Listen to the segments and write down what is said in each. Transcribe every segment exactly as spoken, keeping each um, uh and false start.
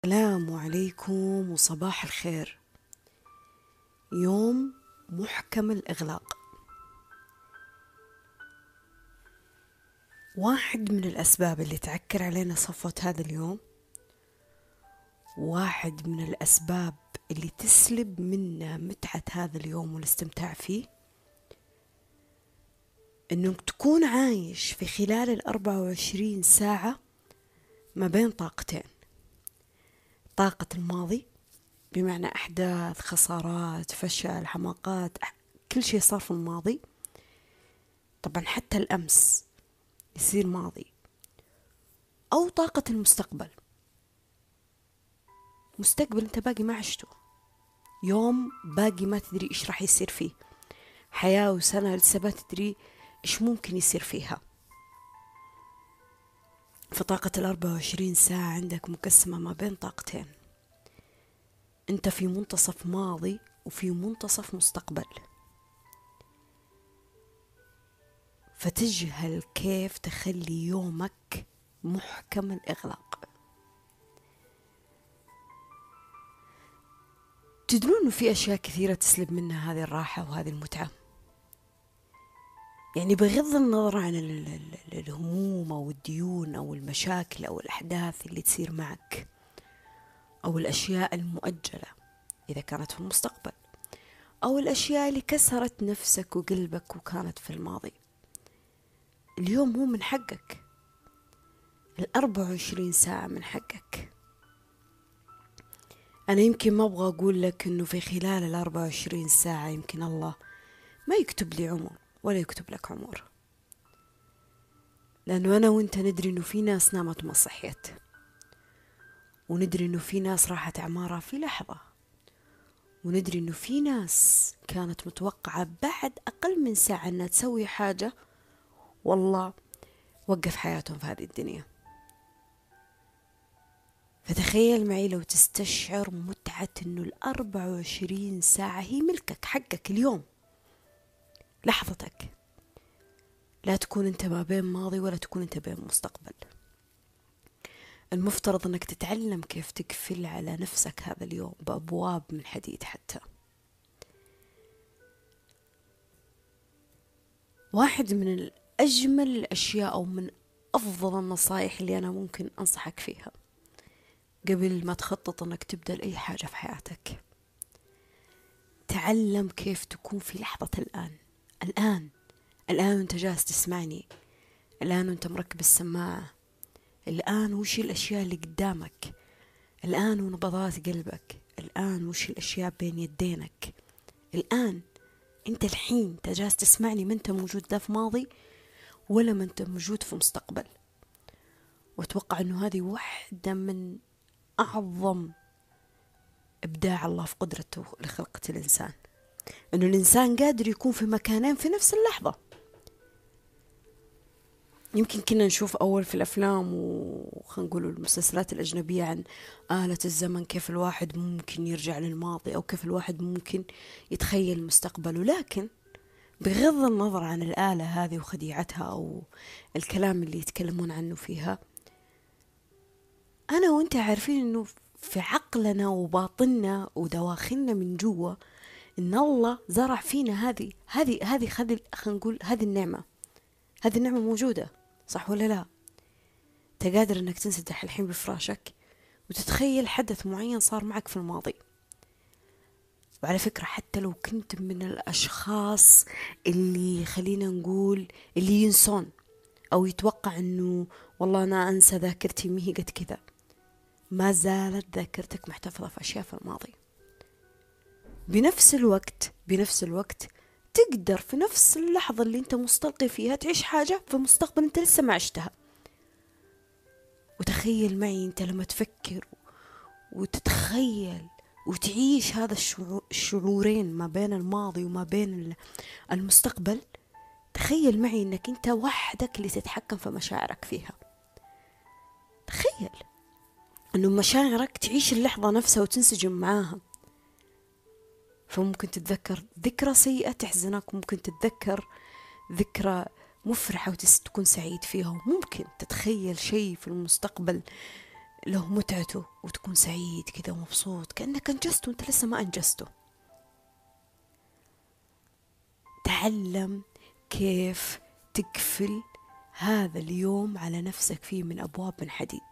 السلام عليكم وصباح الخير. يوم محكم الإغلاق. واحد من الأسباب اللي تعكر علينا صفوة هذا اليوم، واحد من الأسباب اللي تسلب منا متعة هذا اليوم والاستمتاع فيه، إنك تكون عايش في خلال الأربعة وعشرين ساعة ما بين طاقتين: طاقة الماضي بمعنى أحداث، خسارات، فشل، حماقات، كل شيء صار في الماضي. طبعا حتى الأمس يصير ماضي. أو طاقة المستقبل، مستقبل أنت باقي ما عشته، يوم باقي ما تدري إيش راح يصير فيه، حياة وسنة لسه ما تدري إيش ممكن يصير فيها. فطاقة الأربعة وعشرين ساعة عندك مقسمة ما بين طاقتين، أنت في منتصف ماضي وفي منتصف مستقبل، فتجهل كيف تخلي يومك محكم الإغلاق. تدرون أنه في أشياء كثيرة تسلب منا هذه الراحة وهذه المتعة؟ يعني بغض النظر عن الهموم أو الديون أو المشاكل أو الأحداث اللي تصير معك، أو الأشياء المؤجلة إذا كانت في المستقبل، أو الأشياء اللي كسرت نفسك وقلبك وكانت في الماضي، اليوم هو من حقك، الأربع وعشرين ساعة من حقك. أنا يمكن ما أبغى أقول لك أنه في خلال الأربع وعشرين ساعة يمكن الله ما يكتب لي عمر ولا يكتب لك عمر، لأنه أنا وإنت ندري أنه في ناس نامت وما صحيت، وندري أنه في ناس راحت أعمارها في لحظة، وندري أنه في ناس كانت متوقعة بعد أقل من ساعة أنها تسوي حاجة والله وقف حياتهم في هذه الدنيا. فتخيل معي لو تستشعر متعة أنه الأربع وعشرين ساعة هي ملكك، حقك، اليوم لحظتك، لا تكون أنت ما بين ماضي ولا تكون أنت بين مستقبل. المفترض أنك تتعلم كيف تقفل على نفسك هذا اليوم بأبواب من حديد. حتى واحد من أجمل الأشياء أو من أفضل النصائح اللي أنا ممكن أنصحك فيها قبل ما تخطط أنك تبدأ أي حاجة في حياتك: تعلم كيف تكون في لحظة الآن. الآن الآن وانت جالس تسمعني، الآن وانت مركب السماعة، الآن وش الأشياء اللي قدامك، الآن ونبضات قلبك، الآن وش الأشياء بين يدينك، الآن انت الحين انت جالس تسمعني، ما انت موجود لا في ماضي ولا ما انت موجود في مستقبل. واتوقع انه هذه واحدة من اعظم ابداع الله في قدرته لخلقة الانسان، انه الانسان قادر يكون في مكانين في نفس اللحظة. يمكن كنا نشوف أول في الأفلام وخلينا نقول المسلسلات الأجنبية عن آلة الزمن، كيف الواحد ممكن يرجع للماضي أو كيف الواحد ممكن يتخيل مستقبله، لكن بغض النظر عن الآلة هذه وخديعتها أو الكلام اللي يتكلمون عنه فيها، أنا وإنت عارفين أنه في عقلنا وباطننا ودواخلنا من جوا إن الله زرع فينا هذه هذه هذه خلينا نقول هذه النعمة، هذه النعمة موجودة، صح ولا لا؟ انت قادر انك تنسدح الحين بفراشك وتتخيل حدث معين صار معك في الماضي. وعلى فكرة حتى لو كنت من الاشخاص اللي خلينا نقول اللي ينسون او يتوقع انه والله انا انسى ذاكرتي مهي قد كذا، ما زالت ذاكرتك محتفظة في اشياء في الماضي. بنفس الوقت بنفس الوقت تقدر في نفس اللحظة اللي انت مستلقي فيها تعيش حاجة في المستقبل انت لسه ما عشتها. وتخيل معي انت لما تفكر وتتخيل وتعيش هذا الشعورين ما بين الماضي وما بين المستقبل، تخيل معي انك انت وحدك اللي تتحكم في مشاعرك فيها. تخيل انه مشاعرك تعيش اللحظة نفسها وتنسجم معاها. فممكن تتذكر ذكرى سيئة تحزنك، ممكن تتذكر ذكرى مفرحة وتكون سعيد فيها، وممكن تتخيل شيء في المستقبل له متعته وتكون سعيد كذا ومبسوط كأنك أنجزته وأنت لسه ما أنجزته. تعلم كيف تقفل هذا اليوم على نفسك فيه من أبواب من حديد.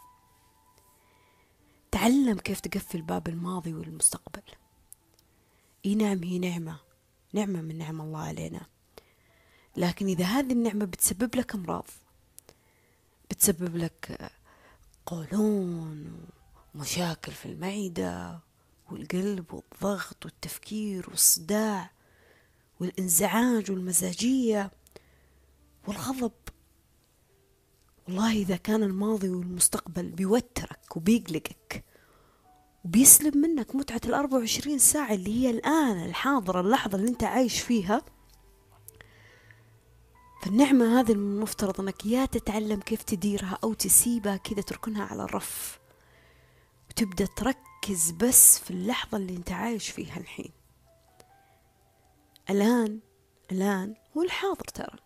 تعلم كيف تقفل باب الماضي والمستقبل. اي نعم، هي نعمة، نعمة من نعم الله علينا، لكن إذا هذه النعمة بتسبب لك أمراض، بتسبب لك قولون ومشاكل في المعدة والقلب والضغط والتفكير والصداع والانزعاج والمزاجية والغضب، والله إذا كان الماضي والمستقبل بيوترك وبيقلقك وبيسلب منك متعة الأربع وعشرين ساعة اللي هي الآن الحاضرة، اللحظة اللي انت عايش فيها، فالنعمة هذه المفترض أنك يا تتعلم كيف تديرها أو تسيبها كذا، تركنها على الرف وتبدأ تركز بس في اللحظة اللي انت عايش فيها الحين. الآن الآن هو الحاضر، ترى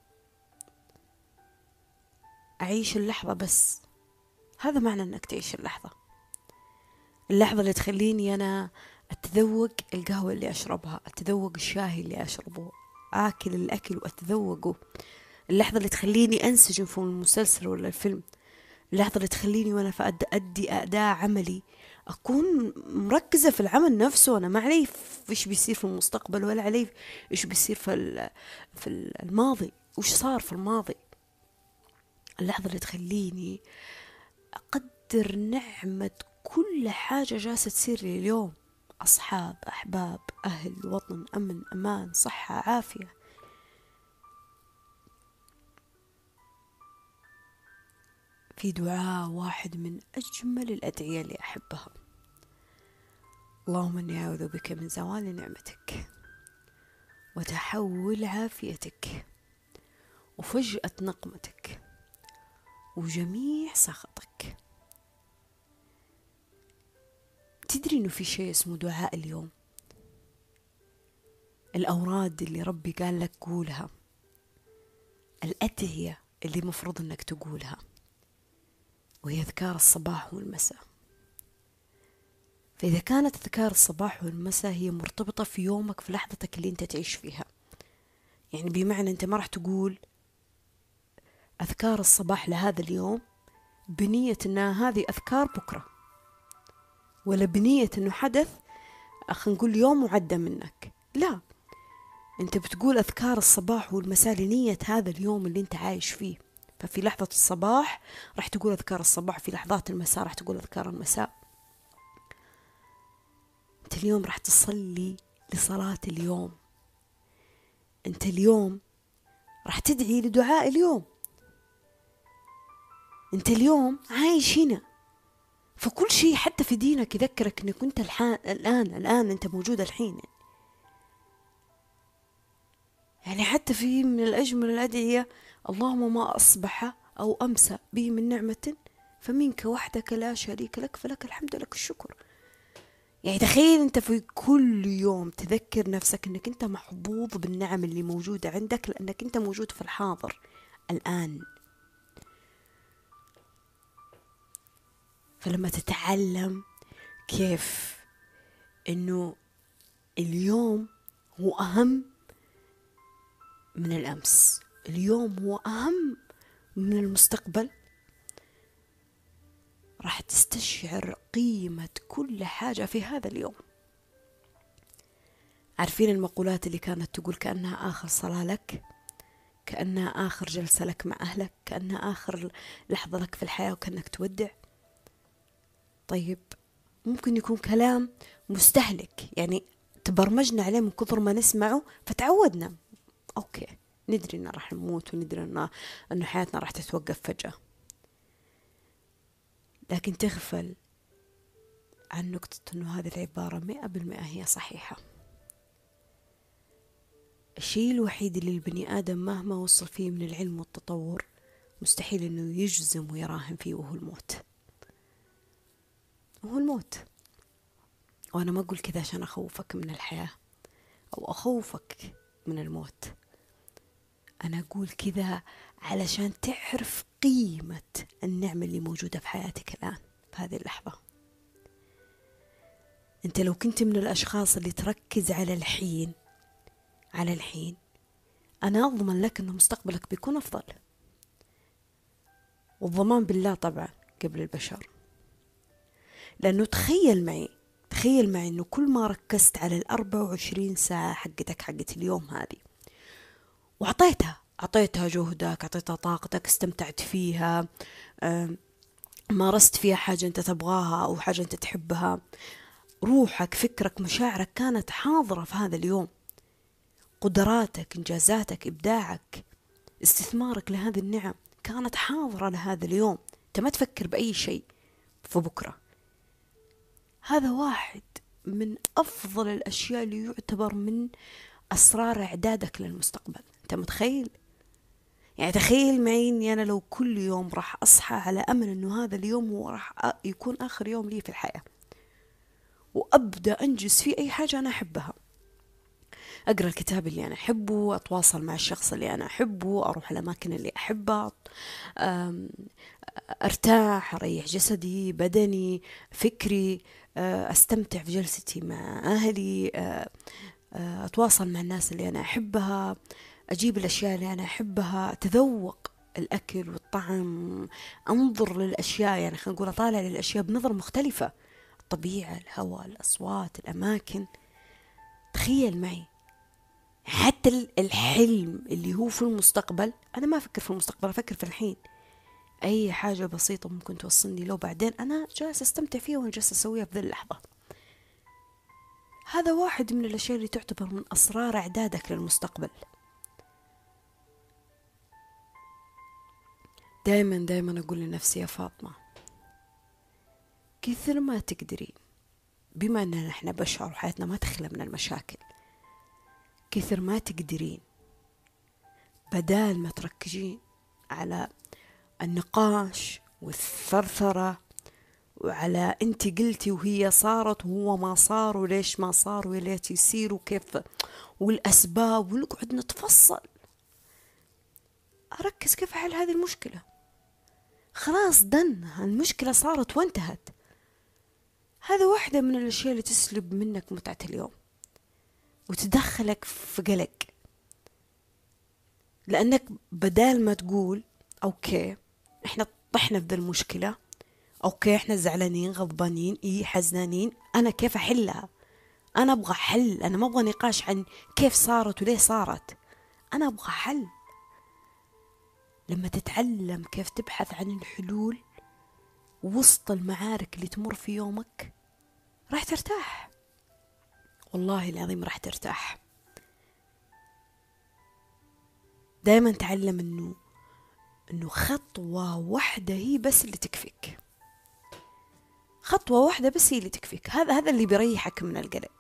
أعيش اللحظة بس، هذا معنى أنك تعيش اللحظة. اللحظة اللي تخليني أنا أتذوق القهوة اللي أشربها، أتذوق الشاي اللي أشربه، آكل الأكل وأتذوقه. اللحظة اللي تخليني أنسجم في المسلسل ولا الفيلم. اللحظة اللي تخليني وأنا أدي أداء عملي أكون مركزة في العمل نفسه، أنا ما علي إيش بيصير في المستقبل ولا علي إيش بيصير في في الماضي، وإيش صار في الماضي. اللحظة اللي تخليني أقدر نعمة كل حاجة جالسة تصير لي اليوم، أصحاب، أحباب، أهل، وطن، أمن، أمان، صحة، عافية. في دعاء واحد من أجمل الأدعية اللي أحبها: اللهم إني أعوذ بك من زوال نعمتك وتحول عافيتك وفجأة نقمتك وجميع سخطك. تدري إنه في شيء اسمه دعاء اليوم؟ الأوراد اللي ربي قال لك قولها، الأدعية اللي مفروض إنك تقولها، وهي أذكار الصباح والمساء. فإذا كانت أذكار الصباح والمساء هي مرتبطة في يومك، في لحظتك اللي أنت تعيش فيها، يعني بمعنى أنت ما راح تقول أذكار الصباح لهذا اليوم بنية أنها هذه أذكار بكرة، ولا بنية أنه حدث خلينا نقول يوم وعدى منك. لا، أنت بتقول أذكار الصباح والمساء لنية هذا اليوم اللي أنت عايش فيه. ففي لحظة الصباح راح تقول أذكار الصباح، في لحظات المساء راح تقول أذكار المساء. أنت اليوم راح تصلي لصلاة اليوم، أنت اليوم راح تدعي لدعاء اليوم، أنت اليوم عايش هنا. فكل شيء حتى في دينك يذكرك أنك أنت الحان الآن الآن أنت موجود الحين. يعني حتى في من الأجمل الأدعية: اللهم ما أصبح أو أمسى به من نعمة فمنك وحدك لا شريك لك فلك الحمد لك الشكر. يعني تخيل أنت في كل يوم تذكر نفسك أنك أنت محظوظ بالنعم اللي موجودة عندك، لأنك أنت موجود في الحاضر الآن. فلما تتعلم كيف أنه اليوم هو أهم من الأمس، اليوم هو أهم من المستقبل، راح تستشعر قيمة كل حاجة في هذا اليوم. عارفين المقولات اللي كانت تقول كأنها آخر صلاة لك، كأنها آخر جلسة لك مع أهلك، كأنها آخر لحظة لك في الحياة وكأنك تودع؟ طيب ممكن يكون كلام مستهلك، يعني تبرمجنا عليه من كثر ما نسمعه فتعودنا. أوكي، ندري إن راح نموت وندري إن إنه حياتنا راح تتوقف فجأة، لكن تغفل عن نقطة إنه هذه العبارة مئة بالمئة هي صحيحة. الشيء الوحيد اللي البني آدم مهما وصل فيه من العلم والتطور مستحيل إنه يجزم ويراهن فيه، وهو الموت. وهو الموت. وأنا ما أقول كذا عشان أخوفك من الحياة أو أخوفك من الموت، أنا أقول كذا علشان تعرف قيمة النعمة اللي موجودة في حياتك الآن. بهذه اللحظة. أنت لو كنت من الأشخاص اللي تركز على الحين على الحين أنا أضمن لك أنه مستقبلك بيكون أفضل، والضمان بالله طبعا قبل البشر. لأنه تخيل معي تخيل معي أنه كل ما ركزت على الأربع وعشرين ساعة حقتك حقت اليوم هذه وعطيتها أعطيتها جهدك، أعطيتها طاقتك، استمتعت فيها، مارست فيها حاجة أنت تبغاها أو حاجة أنت تحبها، روحك فكرك مشاعرك كانت حاضرة في هذا اليوم، قدراتك إنجازاتك إبداعك استثمارك لهذه النعم كانت حاضرة لهذا اليوم. أنت ما تفكر بأي شيء في بكرة. هذا واحد من أفضل الأشياء اللي يعتبر من أسرار إعدادك للمستقبل. أنت متخيل؟ يعني تخيل معي أني أنا لو كل يوم راح أصحى على أمل أنه هذا اليوم هو راح يكون آخر يوم لي في الحياة، وأبدأ أنجز فيه أي حاجة أنا أحبها، أقرأ الكتاب اللي أنا أحبه، أتواصل مع الشخص اللي أنا أحبه، أروح الأماكن اللي أحبها، أرتاح، أريح جسدي بدني فكري، أستمتع في جلستي مع أهلي، أتواصل مع الناس اللي أنا أحبها، أجيب الأشياء اللي أنا أحبها، أتذوق الأكل والطعم، أنظر للأشياء، يعني خلينا نقول أطالع للأشياء بنظرة مختلفة، الطبيعة، الهواء، الأصوات، الأماكن. تخيل معي حتى الحلم اللي هو في المستقبل، أنا ما أفكر في المستقبل، أفكر في الحين. أي حاجة بسيطة ممكن توصلني لو بعدين أنا جالس أستمتع فيها وأنا جالس أسويها في ذي اللحظة. هذا واحد من الأشياء اللي تعتبر من أسرار إعدادك للمستقبل. دايما دايما أقول لنفسي يا فاطمة كثر ما تقدرين، بما أننا إحنا بشر وحياتنا ما تخلى من المشاكل، كثر ما تقدرين بدال ما تركزين على النقاش والثرثرة وعلى أنت قلتي وهي صارت وهو ما صار وليش ما صار وليش يصير وكيف والأسباب، ونقعد نتفصل، أركز كيف أحل هذه المشكلة. خلاص دن، المشكلة صارت وانتهت. هذا واحدة من الأشياء اللي تسلب منك متعة اليوم وتدخلك في قلق، لأنك بدال ما تقول أوكي إحنا طحنا في ذا المشكلة، أوكي إحنا زعلانين غضبانين إيه حزنانين، أنا كيف أحلها؟ أنا أبغى حل، أنا ما أبغى نقاش عن كيف صارت وليه صارت، أنا أبغى حل. لما تتعلم كيف تبحث عن الحلول وسط المعارك اللي تمر في يومك راح ترتاح، والله العظيم راح ترتاح. دائما تعلم إنه إنه خطوة واحدة هي بس اللي تكفيك، خطوة واحدة بس هي اللي تكفيك. هذا هذا اللي بيريحك من القلق.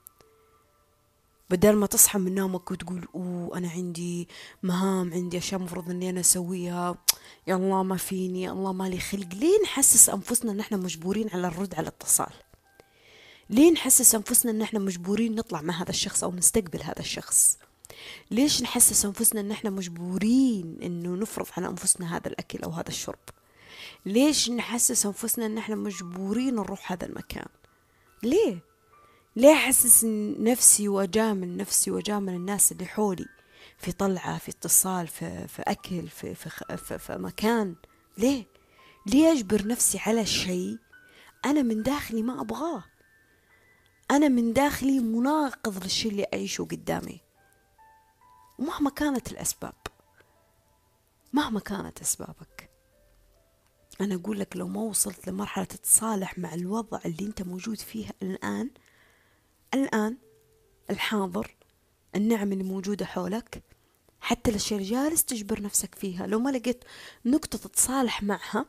بدل ما تصحى من نومك وتقول أوه أنا عندي مهام، عندي أشياء مفروض إني أنا أسويها، يا الله ما فيني، الله ما لي خلق. ليه نحسس أنفسنا إن إحنا مجبورين على الرد على الاتصال؟ ليه نحسس أنفسنا إن إحنا مجبورين نطلع مع هذا الشخص أو نستقبل هذا الشخص؟ ليش نحسس أنفسنا إن إحنا مجبورين إنه نفرض على أنفسنا هذا الأكل أو هذا الشرب؟ ليش نحسس أنفسنا إن إحنا مجبورين نروح هذا المكان؟ ليه؟ ليه أحسس نفسي وأجامل نفسي وأجامل الناس اللي حولي في طلعة، في اتصال، في, في أكل، في, في, في, في مكان؟ ليه؟ ليه أجبر نفسي على شيء أنا من داخلي ما أبغاه؟ أنا من داخلي مناقض للشيء اللي أعيشه قدامي. ومهما كانت الأسباب، مهما كانت أسبابك، أنا أقول لك لو ما وصلت لمرحلة تتصالح مع الوضع اللي أنت موجود فيه الآن، الآن الحاضر، النعم اللي موجودة حولك، حتى الأشياء اللي جالس تجبر نفسك فيها، لو ما لقيت نقطة تتصالح معها،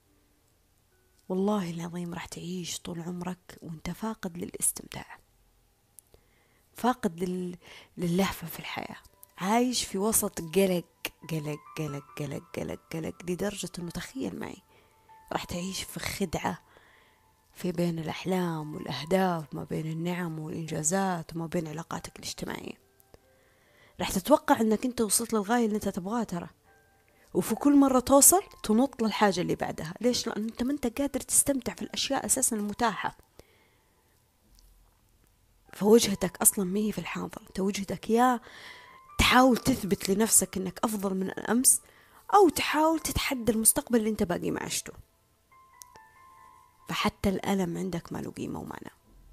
والله العظيم راح تعيش طول عمرك وانت فاقد للاستمتاع، فاقد لل... للهفة في الحياة، عايش في وسط قلق قلق قلق قلق قلق قلق لدرجة انه تخيل معي راح تعيش في خدعة في بين الأحلام والأهداف، ما بين النعم والإنجازات، وما بين علاقاتك الاجتماعية. راح تتوقع أنك أنت وصلت للغاية اللي أنت تبغاها ترى، وفي كل مرة توصل تنط للحاجة اللي بعدها. ليش؟ لأن أنت ما أنت قادر تستمتع في الأشياء أساسا المتاحة. فوجهتك أصلا ما هي في الحاضر، أنت وجهتك يا تحاول تثبت لنفسك أنك أفضل من الأمس، أو تحاول تتحدى المستقبل اللي أنت باقي ما عشته. فحتى الألم عندك ما له قيمة ومعنى.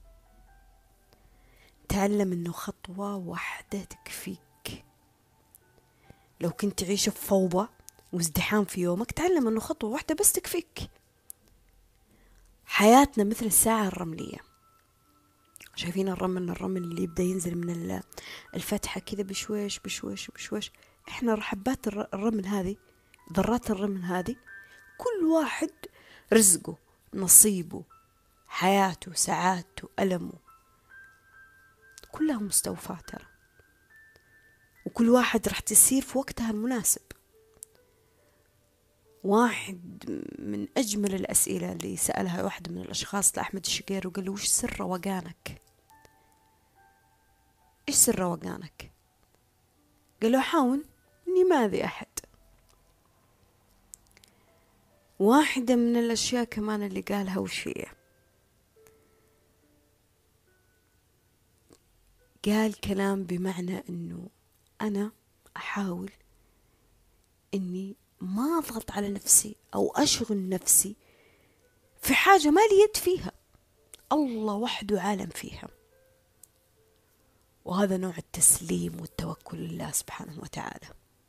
تعلم أنه خطوة واحدة تكفيك. لو كنت تعيش في فوضى وازدحام في يومك، تعلم أنه خطوة واحدة بس تكفيك. حياتنا مثل الساعة الرملية. شايفين الرمل الرمل اللي يبدأ ينزل من الفتحة كذا بشويش بشويش بشويش. احنا حبات الرمل هذه، ذرات الرمل هذه، كل واحد رزقه، نصيبه، حياته، سعادته، ألمه، كلها مستوفاة ترى. وكل واحد راح تصير في وقتها المناسب. واحد من أجمل الأسئلة اللي سألها واحد من الأشخاص لأحمد الشقير، وقال له: وش سر روقانك؟ إيش سر روقانك؟ قال له: حاول إني ما أذي أحد. واحدة من الأشياء كمان اللي قالها وش هي؟ قال كلام بمعنى إنه أنا أحاول إني ما أضغط على نفسي أو أشغل نفسي في حاجة ما لي يد فيها، الله وحده عالم فيها. وهذا نوع التسليم والتوكل لله سبحانه وتعالى.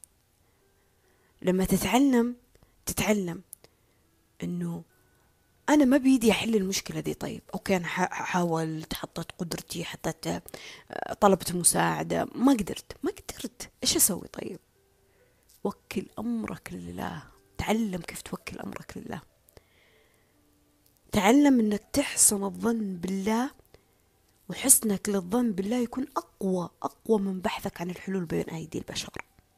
لما تتعلم تتعلم إنه أنا ما بيدي أحل المشكلة دي. طيب أوكي، أنا حاولت، حطيت قدرتي، حطيت، طلبت مساعدة، ما قدرت ما قدرت إيش أسوي؟ طيب وكل أمرك لله. تعلم كيف توكل أمرك لله. تعلم أنك تحسن الظن بالله، وحسنك للظن بالله يكون أقوى أقوى من بحثك عن الحلول بين أيدي البشر.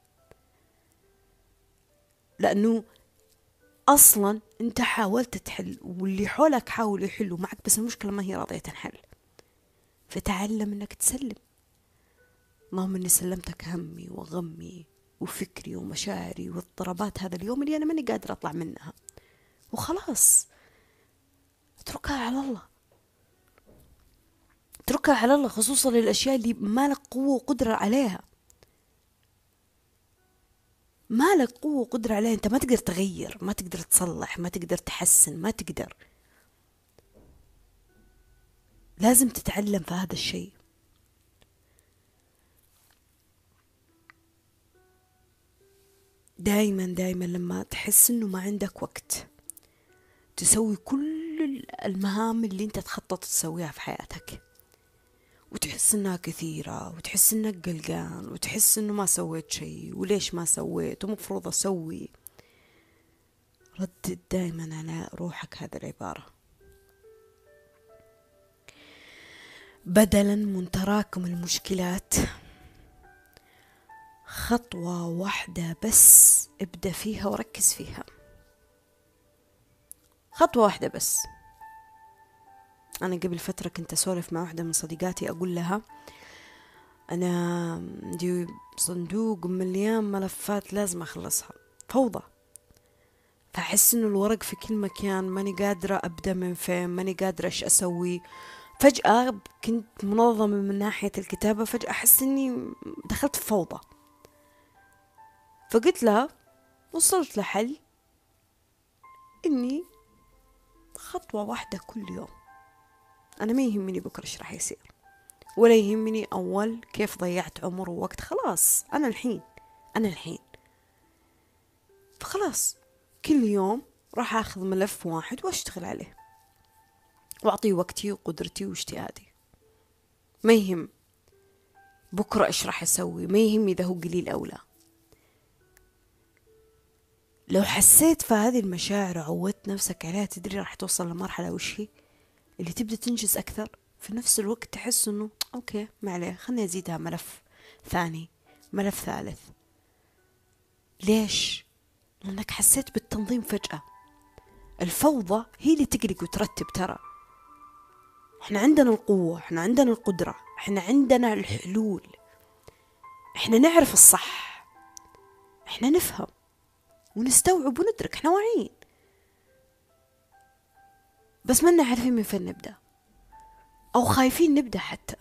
لأنه أصلا أنت حاولت تحل، واللي حولك حاولوا يحلوا معك، بس المشكلة ما هي راضية تنحل. فتعلم أنك تسلم. اللهم إني سلمتك همي وغمي وفكري ومشاعري واضطرابات هذا اليوم اللي أنا ماني قادرة أطلع منها، وخلاص اتركها على الله. اتركها على الله، خصوصا للأشياء اللي ما لك قوة وقدرة عليها. ما لك قوة وقدرة عليها، أنت ما تقدر تغير، ما تقدر تصلح، ما تقدر تحسن، ما تقدر. لازم تتعلم في هذا الشيء. دايما دايما لما تحس إنه ما عندك وقت تسوي كل المهام اللي أنت تخطط تسويها في حياتك، وتحس إنها كثيرة، وتحس إنك قلقان، وتحس إنه ما سويت شيء، وليش ما سويت، ومفروض أسوي، ردد دايما على روحك هذه العبارة: بدلا من تراكم المشكلات، خطوة واحدة بس ابدأ فيها وركز فيها. خطوة واحدة بس. أنا قبل فترة كنت أسولف مع واحدة من صديقاتي، أقول لها: أنا عندي صندوق مليان ملفات لازم أخلصها، فوضى، فأحس إنه الورق في كل مكان، ماني قادرة أبدأ من فين، ماني قادرة إيش أسوي. فجأة كنت منظمة من ناحية الكتابة، فجأة أحس إني دخلت في فوضى. فقلت لها، وصلت لحل، إني خطوة واحدة كل يوم. أنا ما يهمني بكرة إيش راح يصير، ولا يهمني أول كيف ضيعت عمر ووقت. خلاص أنا الحين أنا الحين فخلاص كل يوم راح أخذ ملف واحد وأشتغل عليه، وأعطيه وقتي وقدرتي واجتهادي. ما يهم بكرة إيش راح أسوي، ما يهم إذا هو قليل أو لا. لو حسيت في هذه المشاعر وعودت نفسك عليها، تدري راح توصل لمرحلة وش هي اللي تبدأ تنجز أكثر، في نفس الوقت تحس إنه أوكي ما عليه، خلني أزيدها ملف ثاني، ملف ثالث. ليش؟ لأنك حسيت بالتنظيم فجأة. الفوضى هي اللي تقلق وترتب. ترى احنا عندنا القوة، احنا عندنا القدرة، احنا عندنا الحلول، احنا نعرف الصح، احنا نفهم. ونستوعب وندرك احنا واعيين، بس ما عارفين من فين نبدأ، أو خايفين نبدأ حتى.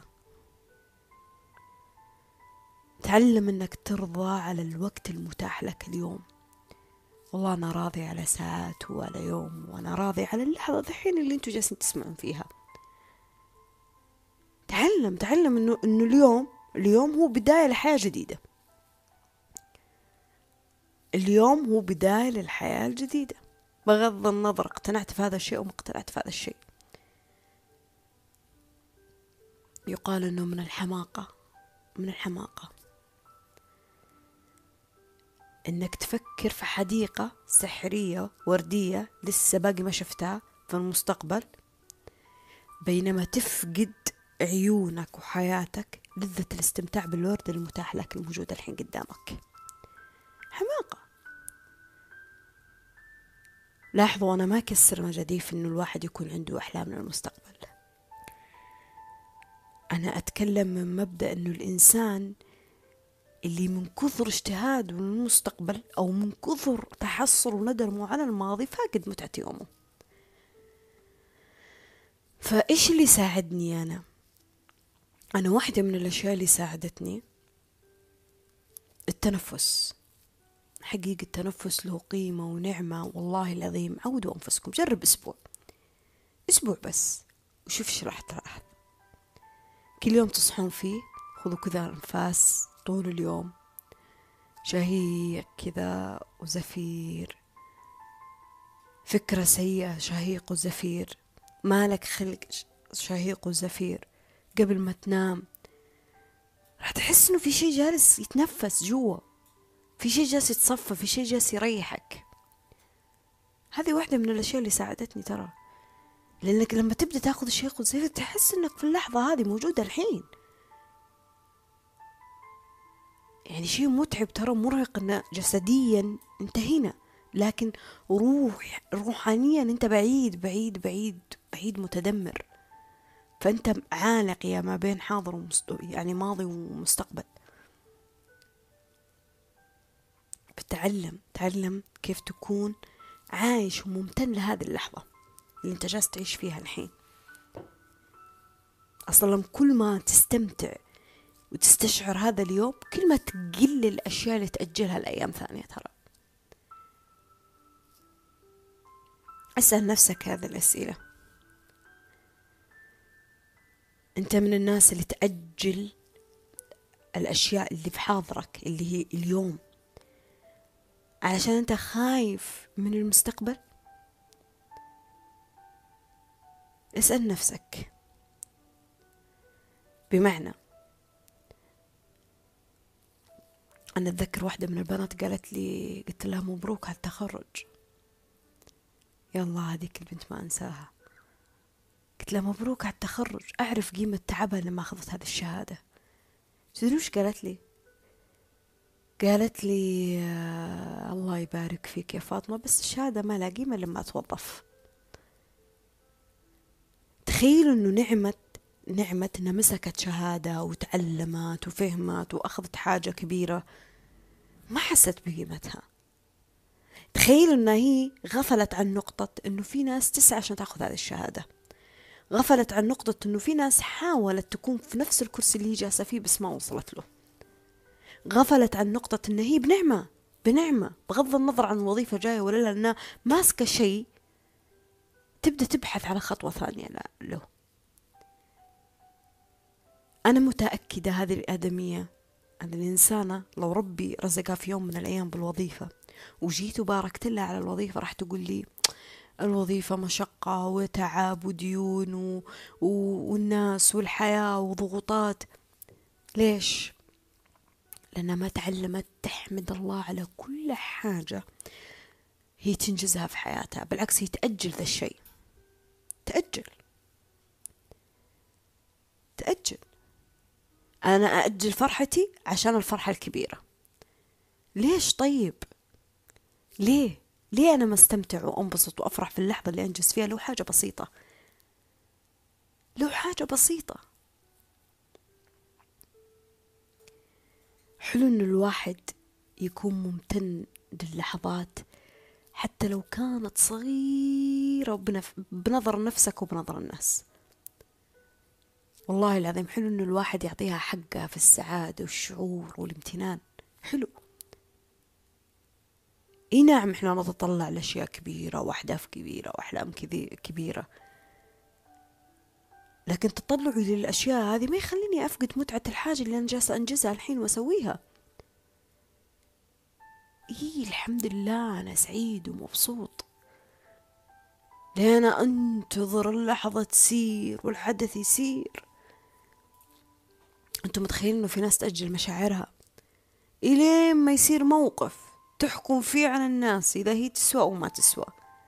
تعلم أنك ترضى على الوقت المتاح لك اليوم. والله أنا راضي على ساعات وعلى يوم، وأنا راضي على اللحظة الحين اللي انتوا جالسين تسمعون فيها. تعلم تعلم إنه إنه اليوم اليوم هو بداية لحياة جديدة. اليوم هو بداية للحياة الجديدة، بغض النظر اقتنعت في هذا الشيء أو ما اقتنعت في هذا الشيء. يقال إنه من الحماقة من الحماقة إنك تفكر في حديقة سحرية وردية لسه باقي ما شفتها في المستقبل، بينما تفقد عيونك وحياتك لذة الاستمتاع بالورد المتاح لك الموجود الحين قدامك. حماقة. لاحظوا أنا ما أكسر مجاديف إنه الواحد يكون عنده أحلام للمستقبل. أنا أتكلم من مبدأ إنه الإنسان اللي من كثر اجتهاده للمستقبل أو من كثر تحصل وندمه على الماضي فاقد متعة يومه. فإيش اللي ساعدني أنا؟ أنا واحدة من الأشياء اللي ساعدتني التنفس. حقيقة التنفس له قيمة ونعمة، والله العظيم. عودوا أنفسكم، جرب أسبوع أسبوع بس وشوف إيش راح تلاحظ. كل يوم تصحون فيه خذوا كذا أنفاس طول اليوم، شهيق كذا وزفير. فكرة سيئة، شهيق وزفير. مالك خلق، شهيق وزفير. قبل ما تنام راح تحس إنه في شيء جالس يتنفس جوا، في شيء جالس يتصفى، في شيء جالس يريحك. هذه واحدة من الأشياء اللي ساعدتني ترى، لأنك لما تبدأ تاخذ الشهيق والزفير تحس إنك في اللحظة هذه موجودة الحين. يعني شيء متعب ترى، مرهق، إنه جسديا انتهينا، لكن روح روحانيا انت بعيد بعيد بعيد بعيد متدمر. فانت عالق يا ما بين حاضر ومست... يعني ماضي ومستقبل. فتعلم تعلم كيف تكون عايش وممتن لهذه اللحظة اللي انت جالس تعيش فيها الحين. اصلا كل ما تستمتع وتستشعر هذا اليوم كل ما تقل الاشياء اللي تأجلها لأيام ثانية. ترى اسأل نفسك هذه الأسئلة. انت من الناس اللي تأجل الاشياء اللي في حاضرك اللي هي اليوم علشان انت خايف من المستقبل؟ اسأل نفسك. بمعنى أنا أتذكر واحدة من البنات قالت لي، قلت لها مبروك على التخرج. يلا هذيك البنت ما أنساها. قلت لها مبروك على التخرج، أعرف قيمة تعبها لما أخذت هذه الشهادة. تدري وش قالت لي؟ قالت لي آه الله يبارك فيك يا فاطمة، بس الشهادة ما لها قيمة لما أتوظف. تخيلوا إنه نعمة نعمة إنها مسكت شهادة وتعلمت وفهمت وأخذت حاجة كبيرة ما حست بقيمتها. تخيلوا إنها هي غفلت عن نقطة إنه في ناس تسعى عشان تأخذ هذه الشهادة. غفلت عن نقطة إنه في ناس حاولت تكون في نفس الكرسي اللي هي جالسة فيه بس ما وصلت له. غفلت عن نقطة إنه هي بنعمة بنعمة بغض النظر عن الوظيفة جاية ولا لا، لأنها ماسكة شيء تبدأ تبحث على خطوة ثانية له. أنا متأكدة هذه الآدمية، هذه الإنسانة لو ربي رزقها في يوم من الأيام بالوظيفة وجيت وباركت لها على الوظيفة راح تقول لي الوظيفة مشقة وتعب وديون و... و... والناس والحياة وضغوطات. ليش؟ لأنها ما تعلمت تحمد الله على كل حاجة هي تنجزها في حياتها. بالعكس هي تأجل ذا الشيء، تأجل تأجل أنا أأجل فرحتي عشان الفرحة الكبيرة. ليش طيب؟ ليه؟ ليه أنا ما استمتع وأنبسط وأفرح في اللحظة اللي أنجز فيها لو حاجة بسيطة، لو حاجة بسيطة. حلو إنه الواحد يكون ممتن للحظات حتى لو كانت صغيرة بنف... بنظر نفسك وبنظر الناس. والله العظيم حلو إنه الواحد يعطيها حقها في السعادة والشعور والامتنان. حلو. اي نعم احنا نتطلع لأشياء كبيرة وأهداف كبيرة وأحلام كبيرة، لكن تطلعي للأشياء هذه ما يخليني أفقد متعة الحاجة اللي أنا جالسة أنجزها الحين وأسويها. إيه الحمد لله أنا سعيد ومبسوط، لأن أنا أنتظر اللحظة تسير والحدث يسير. أنتم متخيلين إنه في ناس تأجل مشاعرها إلين ما يصير موقف تحكم فيه على الناس إذا هي تسوى أو ما تسوى.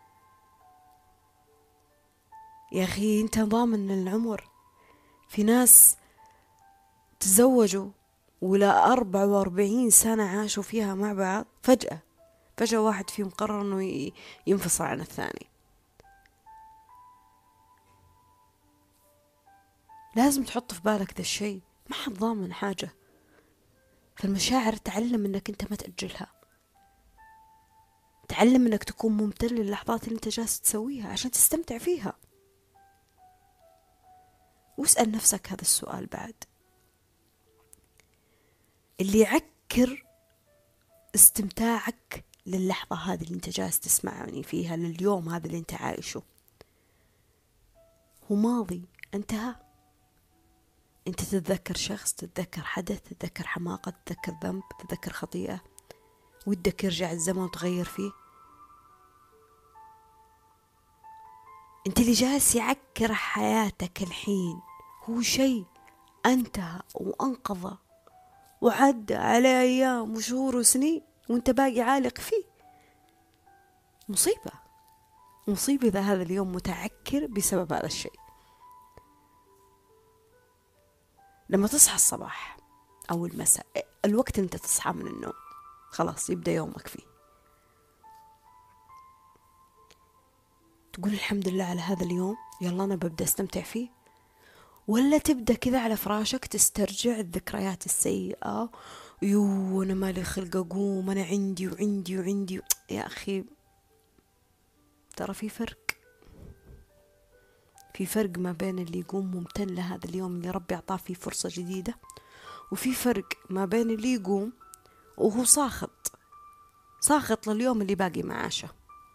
يا أخي أنت ضامن العمر؟ في ناس تزوجوا ولا أربع وأربعين سنة عاشوا فيها مع بعض، فجأة فجأة واحد فيهم قرر أنه ينفصل عن الثاني. لازم تحط في بالك ذا الشيء، ما حد ضامن حاجة. فالمشاعر تعلم أنك أنت ما تأجلها، تعلم أنك تكون ممتن للحظات اللي أنت جالس تسويها عشان تستمتع فيها. واسأل نفسك هذا السؤال بعد، اللي يعكر استمتاعك للحظة هذه اللي أنت جالس تسمعني فيها، لليوم هذا اللي أنت عايشه، هو ماضي انتهى. أنت تتذكر شخص، تتذكر حدث، تتذكر حماقة، تتذكر ذنب، تتذكر خطيئة، ودك يرجع الزمن وتغير فيه؟ أنت اللي جالس يعكر حياتك الحين هو شيء انتهى وانقضى وعدى على أيام وشهور وسنين وانت باقي عالق فيه. مصيبة، مصيبة إذا هذا اليوم متعكر بسبب هذا الشيء. لما تصحى الصباح أو المساء، الوقت انت تصحى من النوم خلاص يبدأ يومك فيه، تقول الحمد لله على هذا اليوم، يلا أنا ببدأ استمتع فيه؟ ولا تبدأ كذا على فراشك تسترجع الذكريات السيئة، يو أنا مالي خلق أقوم، أنا عندي وعندي وعندي. يا أخي ترى في فرق، في فرق ما بين اللي يقوم ممتن لهذا اليوم اللي ربي أعطاه فيه فرصة جديدة، وفي فرق ما بين اللي يقوم وهو ساخط ساخط لليوم اللي باقي معاشه.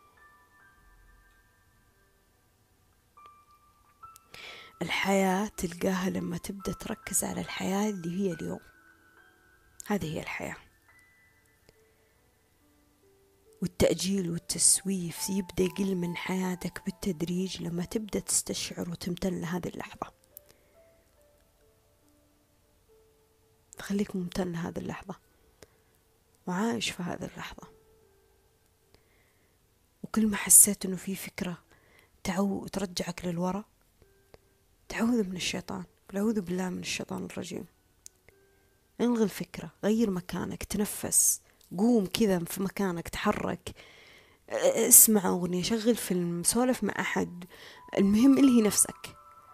الحياة تلقاها لما تبدأ تركز على الحياة اللي هي اليوم، هذه هي الحياة. والتأجيل والتسويف يبدأ يقل من حياتك بالتدريج لما تبدأ تستشعر وتمتن لهذه اللحظة. خليك ممتن لهذه اللحظة وعايش في هذه اللحظة. وكل ما حسيت انه في فكرة تعو ترجعك للورا، تعوذ من الشيطان، أعوذ بالله من الشيطان الرجيم، الغي الفكرة، غير مكانك، تنفس، قوم كذا في مكانك، تحرك، اسمع أغنية، شغل فيلم، سولف مع أحد، المهم الهي نفسك.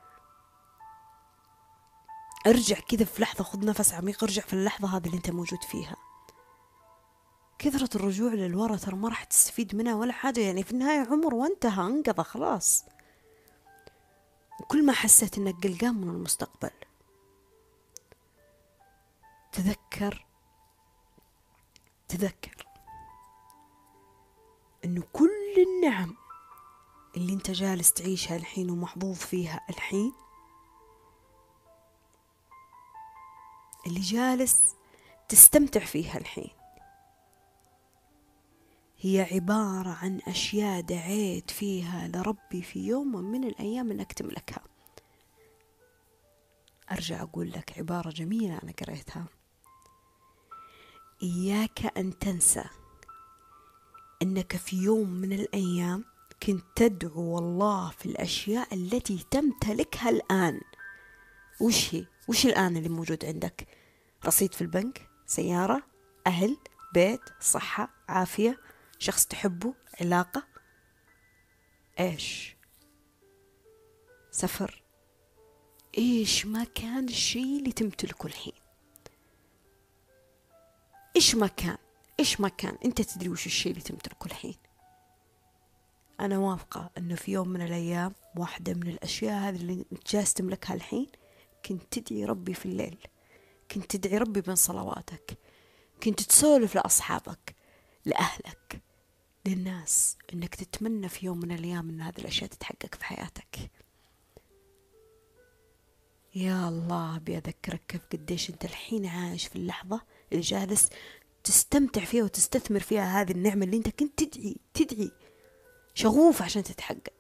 ارجع كذا في لحظة، خذ نفس عميق، ارجع في اللحظة هذه اللي انت موجود فيها. كثرة الرجوع للورا ترى ما راح تستفيد منها ولا حاجة، يعني في النهاية عمر وانتهى انقضى خلاص. وكل ما حسيت انك قلقان من المستقبل، تذكر تذكر انه كل النعم اللي انت جالس تعيشها الحين ومحظوظ فيها الحين، اللي جالس تستمتع فيها الحين، هي عبارة عن أشياء دعيت فيها لربي في يوم من الأيام أنك تملكها. أرجع أقول لك عبارة جميلة أنا قريتها: إياك أن تنسى أنك في يوم من الأيام كنت تدعو الله في الأشياء التي تمتلكها الآن. وش هي؟ وش الآن اللي موجود عندك؟ رصيد في البنك، سيارة، أهل، بيت، صحة، عافية، شخص تحبه، علاقة، إيش؟ سفر، إيش ما كان الشيء اللي تمتلكه الحين، إيش ما كان، إيش ما كان، أنت تدري وش الشيء اللي تمتلكه الحين. أنا واثقة أنه في يوم من الأيام واحدة من الأشياء هذه اللي جالس تملكها الحين كنت تدعي ربي في الليل، كنت تدعي ربي بين صلواتك، كنت تسولف لأصحابك، لأهلك، للناس، أنك تتمنى في يوم من الأيام أن هذه الأشياء تتحقق في حياتك. يا الله، بيذكرك كيف قديش أنت الحين عايش في اللحظة اللي جالس تستمتع فيها وتستثمر فيها هذه النعمة اللي أنت كنت تدعي تدعي شغوف عشان تتحقق.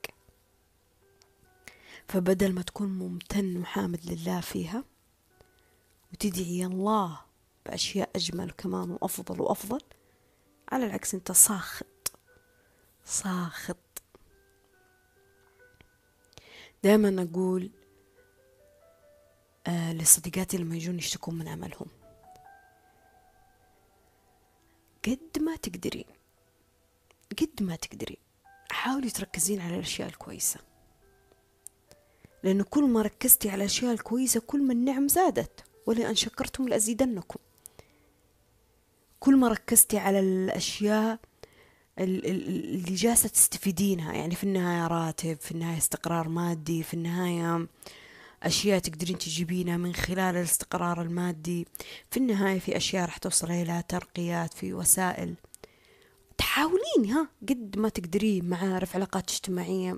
فبدل ما تكون ممتن وحامد لله فيها وتدعي الله بأشياء أجمل كمان وأفضل وأفضل، على العكس أنت ساخط ساخط. دائما أقول آه لصديقاتي لما يجون يشتكون من عملهم، قد ما تقدرين قد ما تقدرين حاولي تركزين على الأشياء الكويسة، لأنه كل ما ركزتي على الأشياء الكويسة كل ما النعم زادت، ولئن شكرتم لأزيدنكم. كل ما ركزتي على الأشياء اللي جالسة تستفيدينها، يعني في النهاية راتب، في النهاية استقرار مادي، في النهاية أشياء تقدرين تجيبينها من خلال الاستقرار المادي، في النهاية في أشياء رح توصلي لها ترقيات في وسائل. تحاولين ها قد ما تقدرين، معارف، علاقات اجتماعية،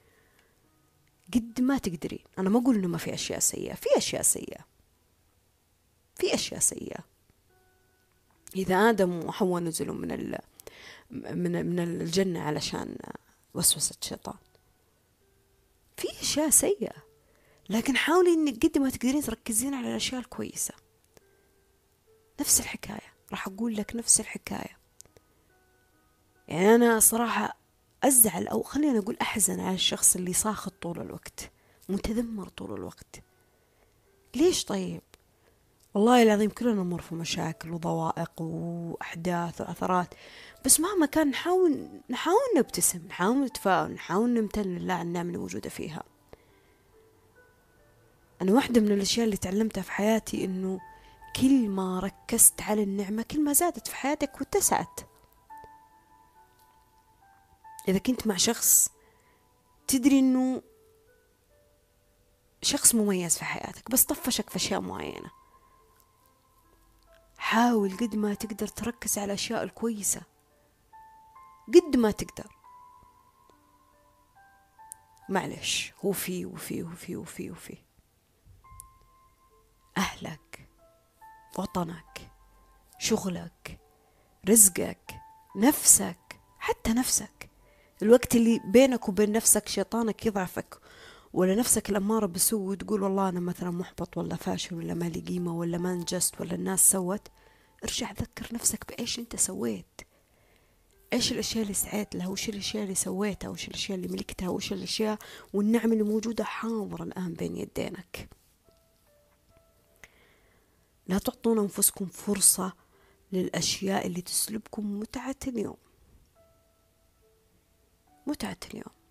قد ما تقدرين. أنا ما أقول إنه ما في أشياء سيئة، في أشياء سيئة في أشياء سيئة. إذا آدم وحواء نزلوا من ال من من الجنة علشان وسوسة الشيطان، في أشياء سيئة، لكن حاولي إنك قد ما تقدرين تركزين على الأشياء الكويسة. نفس الحكاية، راح أقول لك نفس الحكاية. يعني أنا صراحة أزعل، أو خلينا نقول أحزن على الشخص اللي ساخط طول الوقت، متذمر طول الوقت. ليش طيب؟ والله العظيم كلنا نمر في مشاكل وضوائق وأحداث وأثرات، بس مهما كان نحاول نحاول نبتسم، نحاول نتفاؤل، نحاول نمتن لله على النعم اللي موجودة فيها. أنا واحدة من الأشياء اللي تعلمتها في حياتي إنه كل ما ركزت على النعمة كل ما زادت في حياتك واتسعت. إذا كنت مع شخص تدري إنه شخص مميز في حياتك بس طفشك في أشياء معينة، حاول قد ما تقدر تركز على الأشياء الكويسة قد ما تقدر. معلش، هو في وفي وفي وفي وفي أهلك، وطنك، شغلك، رزقك، نفسك، حتى نفسك. الوقت اللي بينك وبين نفسك شيطانك يضعفك، ولا نفسك الأمارة بسوء وتقول والله أنا مثلا محبط ولا فاشل ولا ما لي قيمة ولا ما انجزت ولا الناس سوت، ارجع ذكر نفسك بإيش أنت سويت، إيش الأشياء اللي سعيت لها، وش الأشياء اللي سويتها، وش الأشياء اللي ملكتها، وش الأشياء والنعم اللي موجودة حاضرة الآن بين يدينك. لا تعطون أنفسكم فرصة للأشياء اللي تسلبكم متعة اليوم. متعة اليوم